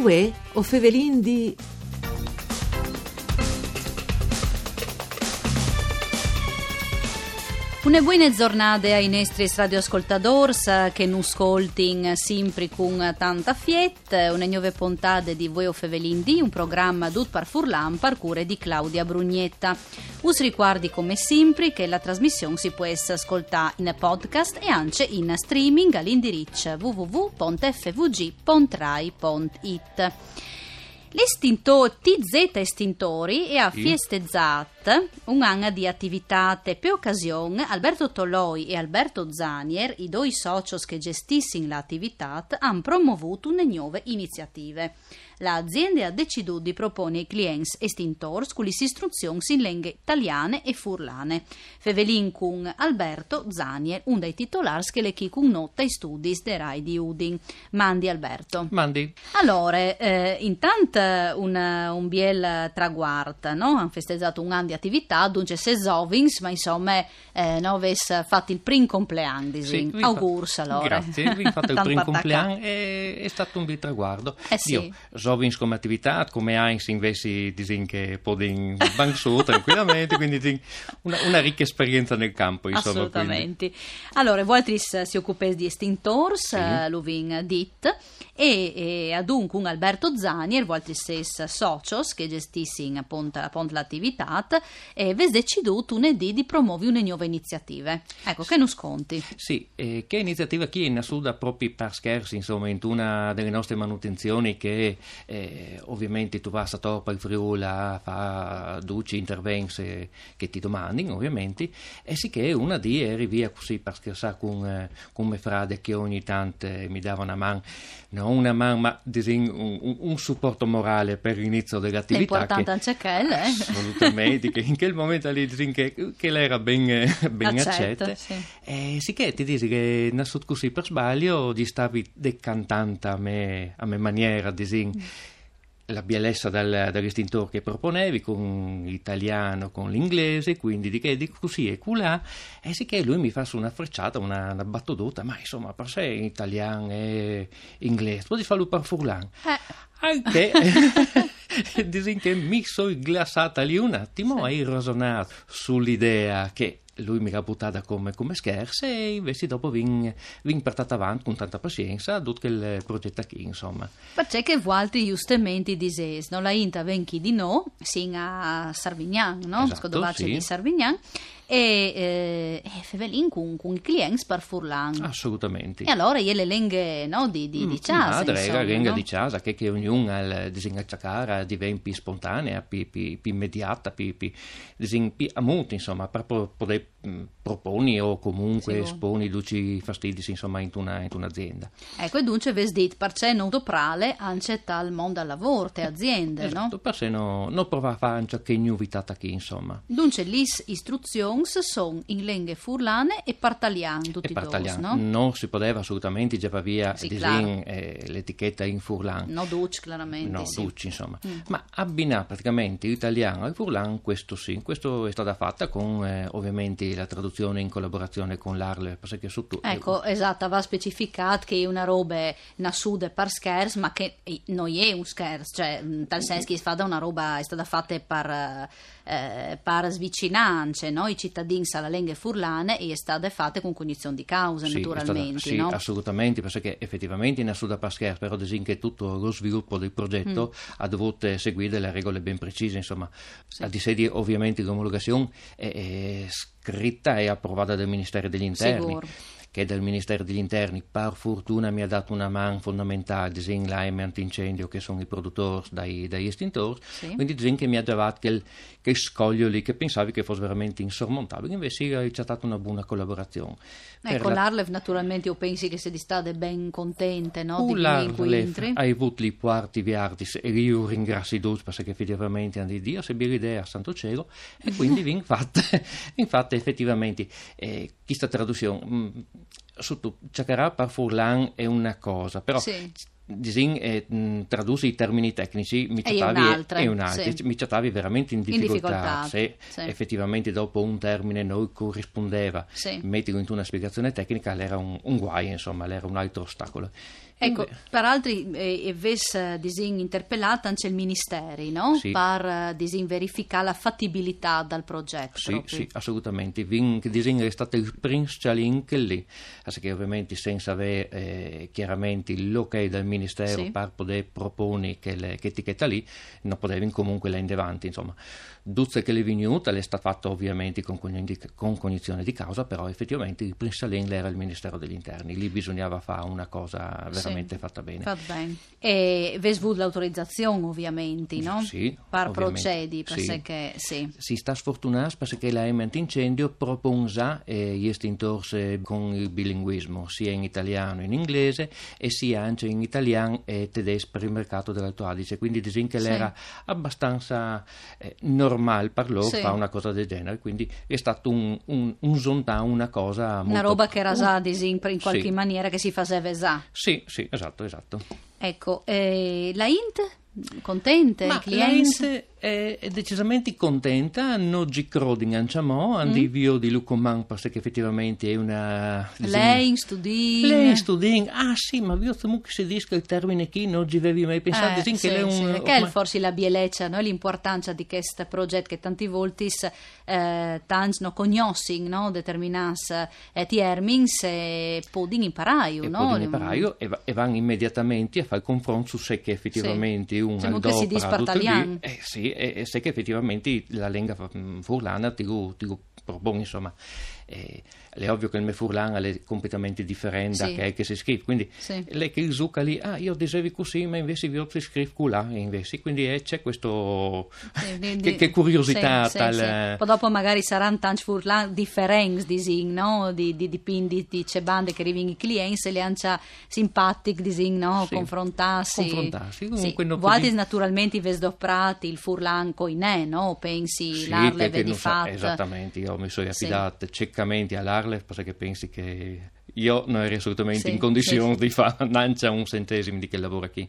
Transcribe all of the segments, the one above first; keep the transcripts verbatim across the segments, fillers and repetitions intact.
Uè, o Fevelin di... Una buona giornata ai nostri radioascoltadores che non ascoltino sempre con tanta fietta. Una nuova puntata di Voi o Fevelin di, un programma tutto par Furlan, par cure di Claudia Brugnetta. Us ricordi come sempre che la trasmissione si può ascoltare in podcast e anche in streaming all'indirizzo w w w punto f v g punto rai punto i t. L'estinto T Z Estintori e ha festeggiato un anno di attività e per occasione Alberto Toloi e Alberto Zanier, i due soci che gestiscono l'attività, hanno promovuto una nuove iniziative. L'azienda ha deciso di proporre ai clienti estintori con le istruzioni in lingue italiane e furlane. Fevelin con Alberto Zanier, un dei titolari che le chi con nota i studi de Rai di Udin. Mandi Alberto. Mandi. Allora, eh, intanto un, un biel traguardo, no? Hanno festeggiato un anno di attività, dunque se Zovins, ma insomma, eh, no, avesse fatto il primo compleanno, sì, augurs allora. Grazie, vi fatto il primo compleanno, è, è stato un bel traguardo. Eh sì. Io, Zovins come attività, come Heinz invece disin che podin bank su tranquillamente, quindi disin, una, una ricca esperienza nel campo, insomma. Assolutamente. Quindi. Allora, Voltris si occupa di estintors, sì. uh, Luvin dit, e, e adunque un Alberto Zanier, Voltris socios che gestiscono appunto, appunto l'attività, e ves deciduto lunedì di promuovere una nuova iniziativa. Ecco, che non sconti? Sì, eh, che iniziativa chi è in assuda proprio per scherzi, insomma, in una delle nostre manutenzioni che eh, ovviamente tu vai a Torpa il Friuli a fare duci interventi che ti domandino, ovviamente, e sì che una di eri via così per scherzare con, eh, con mie frate che ogni tanto eh, mi davano una mano, non una mano, ma disin, un, un, un supporto morale per l'inizio dell'attività. È importante anche quella, eh? Assolutamente, che in quel momento lì disin che, che lei era ben, ben accetta. accetta. Sì. E sì che ti dici che nasciuto così per sbaglio gli stavi decantando a me, a me maniera, disin, mm. la bielessa dal, dall'estintore che proponevi con l'italiano, con l'inglese, quindi di che di così e colà, e sì che lui mi fa su una frecciata, una, una battuta, ma insomma per sé in italiano e inglese, poi farlo per Furlan. Eh. Anche disin che mi sono glassata lì un attimo e ho ragionato sull'idea che lui mi ha buttata come, come scherzo e invece dopo vin, vin portata avanti con tanta pazienza tutto il progetto qui, insomma. Perché che Waltri giustamente dices, no? La Inta venchi di no, sin a Sarvignan, no? Esatto, Scodovace sì. di Sarvignan e, eh, e Fevelin con, con i clienti per Furlan. Assolutamente. E allora io le lenghe, no, di, di, di casa, madre, insomma, la lingua no? di casa che, che ognuno al disingacciacara diventa più spontanea, più, più, più immediata, più, più, più amuta, insomma, per poter mh, proponi o comunque sì, esponi duci fastidi, insomma, in, una, in un'azienda. Ecco, e dunque ves dit, perché non doprale anche tal mondo al lavoro, te aziende, esatto, no? Per se no, non prova a fare anche che novità qui, insomma. Dunque, le istruzioni sono in lingue furlane e partaliane, tutti e e due, no? Non si poteva assolutamente già via sì, disin, eh, l'etichetta in furlan. No, duci, chiaramente. No, sì. duci, insomma. Mm. Ma abbinare praticamente l'italiano al furlan, questo sì. Questo è stata fatta con, eh, ovviamente, la traduzione in collaborazione con l'A R L, perché su tu, ecco, eh, esatto, va specificato che è una roba nassuda per scherzo, ma che non è un scherzo, cioè, in tal senso che è stata una roba, è stata fatta per, eh, per svicinanze, no? I cittadini alla lingua furlane e è stata fatta con cognizione di causa, sì, naturalmente, stata, sì, no? assolutamente, perché effettivamente in assuda per scherzo, però disin che tutto lo sviluppo del progetto mm. ha dovuto seguire delle regole ben precise, insomma, sì. Al di sé di ovviamente l'omologazione è, è scritta e approvata dal Ministero degli Interni. Sicuro. Che dal Ministero degli Interni per fortuna mi ha dato una mano fondamentale disin l'A M antincendio che sono i produttori dai, dai estintori, sì. Quindi disin che mi ha dato quel, quel scoglio lì che pensavi che fosse veramente insormontabile, invece c'è stata una buona collaborazione. Ecco, la... l'Arlev naturalmente io pensi che se state ben contente, no? Uh, di l'Arlev ha avuto i quarti viardis e io ringrazio tutti perché effettivamente hanno di Dio se bene idea a santo cielo e quindi infatti, infatti effettivamente eh, questa traduzione mh, sotto Ciacarà per Furlan è una cosa, però sì. Disin eh, traduce i termini tecnici mi e un'altra, e un'altra sì. mi trovavi veramente in difficoltà, in difficoltà se sì. effettivamente dopo un termine non corrispondeva sì. metterlo in una spiegazione tecnica era un, un guaio, insomma, era un altro ostacolo. Ecco, per altri eh, ves disin interpellata anche il Ministeri, no? Sì. Per disin verificare la fattibilità del progetto. Sì, proprio. sì, assolutamente. Vin che disin è stato il principale lì, che ovviamente senza avere eh, chiaramente l'ok del Ministero sì. per poter proporre che, le, che etichetta lì, non potevi comunque la in davanti, insomma. Duzze che le venuta, l'è stato fatto ovviamente con, con cognizione di causa, però effettivamente il principale era il Ministero degli Interni, lì bisognava fare una cosa veramente sì. fatta bene. Fatto bene. E vesvud l'autorizzazione ovviamente, no? Sì. Per ovviamente. procedi, sì. perché sì. Si sta sfortunando perché l'elemento incendio propone eh, gli estintorsi con il bilinguismo, sia in italiano che in inglese e sia anche in italiano e tedesco per il mercato dell'Alto Adige, quindi disin che sì. l'era abbastanza eh, normale per loro sì. fare una cosa del genere, quindi è stato un, un, un zontà, una cosa molto... Una roba che era già disin in qualche sì. maniera che si faceva già. Sì, sì, esatto, esatto. Ecco, eh, la Int? Contente? Ma la Int è, è decisamente contenta, non ci crodin anciamo, andivio mm. di Lucoman perché effettivamente è una... Lei studin? Lei studin, ah sì, ma io comunque si dice che il termine chi non ci avevi mai pensato, eh, sì, sì, che è un... Sì. Che ormai... è forse la bieleccia, no? L'importanza di questo progetto che tanti volti eh, tanti no, conoscono, no? Determinati eh, termini e podin imparaio, e no? Podin imparaio e, va, e vanno immediatamente a fare il confronto su se che effettivamente... Sì. un che si dispartagliano eh sì e, e se che effettivamente la lingua furlana ti propone insomma eh, è ovvio che il mio furlana è completamente differente sì. da che, che si scrive quindi sì. lei che zucca lì ah io dicevi così ma invece vi ho scritto là invece quindi eh, c'è questo sì, di, che, che curiosità sì, tal... sì, sì. Poi dopo magari saranno tanti furlani differenti disin, no? di, di dipindi di c'è bande che arrivano i clienti e le ancia simpatici disin, no? sì. confrontarsi confrontarsi sì. Vuoi naturalmente ves doprati il furlan coi ne no? Pensi sì, l'Arlev che, di che fatto so, esattamente io mi sono affidato sì. ciecamente all'Arlev perché pensi che io non ero assolutamente sì, in condizione sì. di fare neanche un centesimo di che lavoro qui.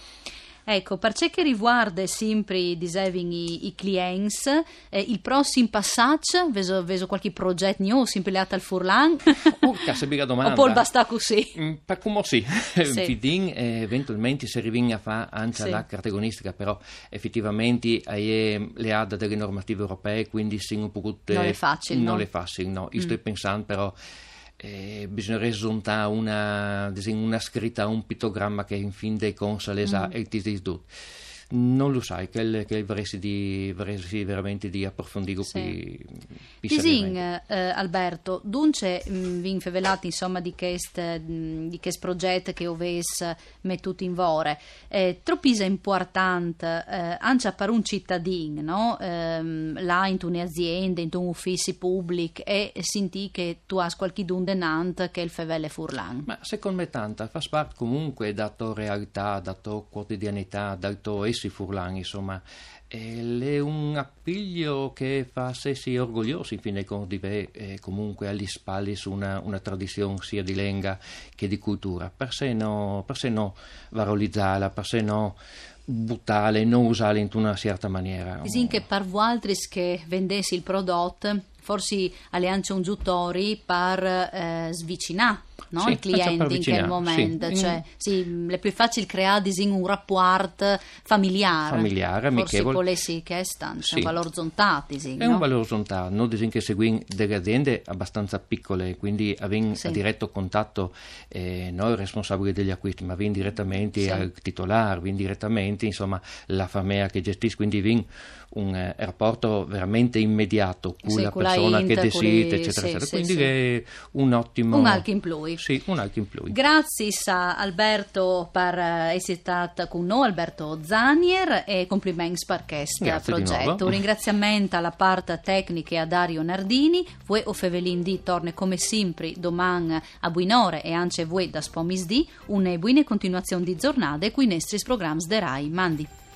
Ecco, per ciò che riguarda sempre dicevi, i, i clienti, eh, il prossimo passaggio, vedo, vedo qualche progetto nuovo, sempre legato al Furlan? Oh, cazzo, bella domanda. O poi basta così? Mm, per come sì, sì. Vidin, eh, eventualmente si arriva a fare anche sì. la carta agonistica, però effettivamente eh, le ha delle normative europee, quindi sono potuto... Non è facile, Non no? è facile, no. Io mm. sto pensando però... Eh, bisognerebbe sontare una, una scritta, un pittogramma che in fin dei conti mm. e ti dice non lo sai che, che vorresti, di, vorresti veramente di approfondire sì. qui Disin, eh, Alberto, dunque vi infevelate insomma di questo di questo progetto che oves mettuto in vore eh, troppisa importante eh, anche per un cittadino no? eh, là in un'azienda in un ufficio pubblico e senti che tu hai qualche d'un denant che il fevele furlan ma secondo me tanta fa parte comunque da tua realtà da tua quotidianità dal tuo essi furlan insomma è un appiglio che fa sessi orgogliosi in fin dei conti di eh, comunque agli spalle su una, una tradizione sia di lingua che di cultura per se no, per se no valorizzarla per se no buttarla e non usarla in una certa maniera disin che per voi altri che vendessi il prodotto forse alleanza un giutori per eh, svicinare no? Sì, il cliente in quel momento sì. cioè sì, è più facile creare in un rapport familiare familiare, amichevole forse sì che è stanza sì. un valore zontato è no? un valore zontato non disin che seguin delle aziende abbastanza piccole quindi avendo sì. a diretto contatto eh, noi responsabili degli acquisti ma vin direttamente sì. al titolare vin direttamente insomma la famiglia che gestisce quindi vin un eh, rapporto veramente immediato con sì, la persona che decide eccetera sì, eccetera sì, quindi sì. è un ottimo un anche in più sì, un anche in più grazie a Alberto per essere stato con noi Alberto Zanier e complimenti per questo progetto un ringraziamento alla parte tecnica e a Dario Nardini voi o Fevelin di torne come sempre domani a buon'ore e anche voi da Spomis di una buona continuazione di giornate qui i nostri programmi de Rai Mandi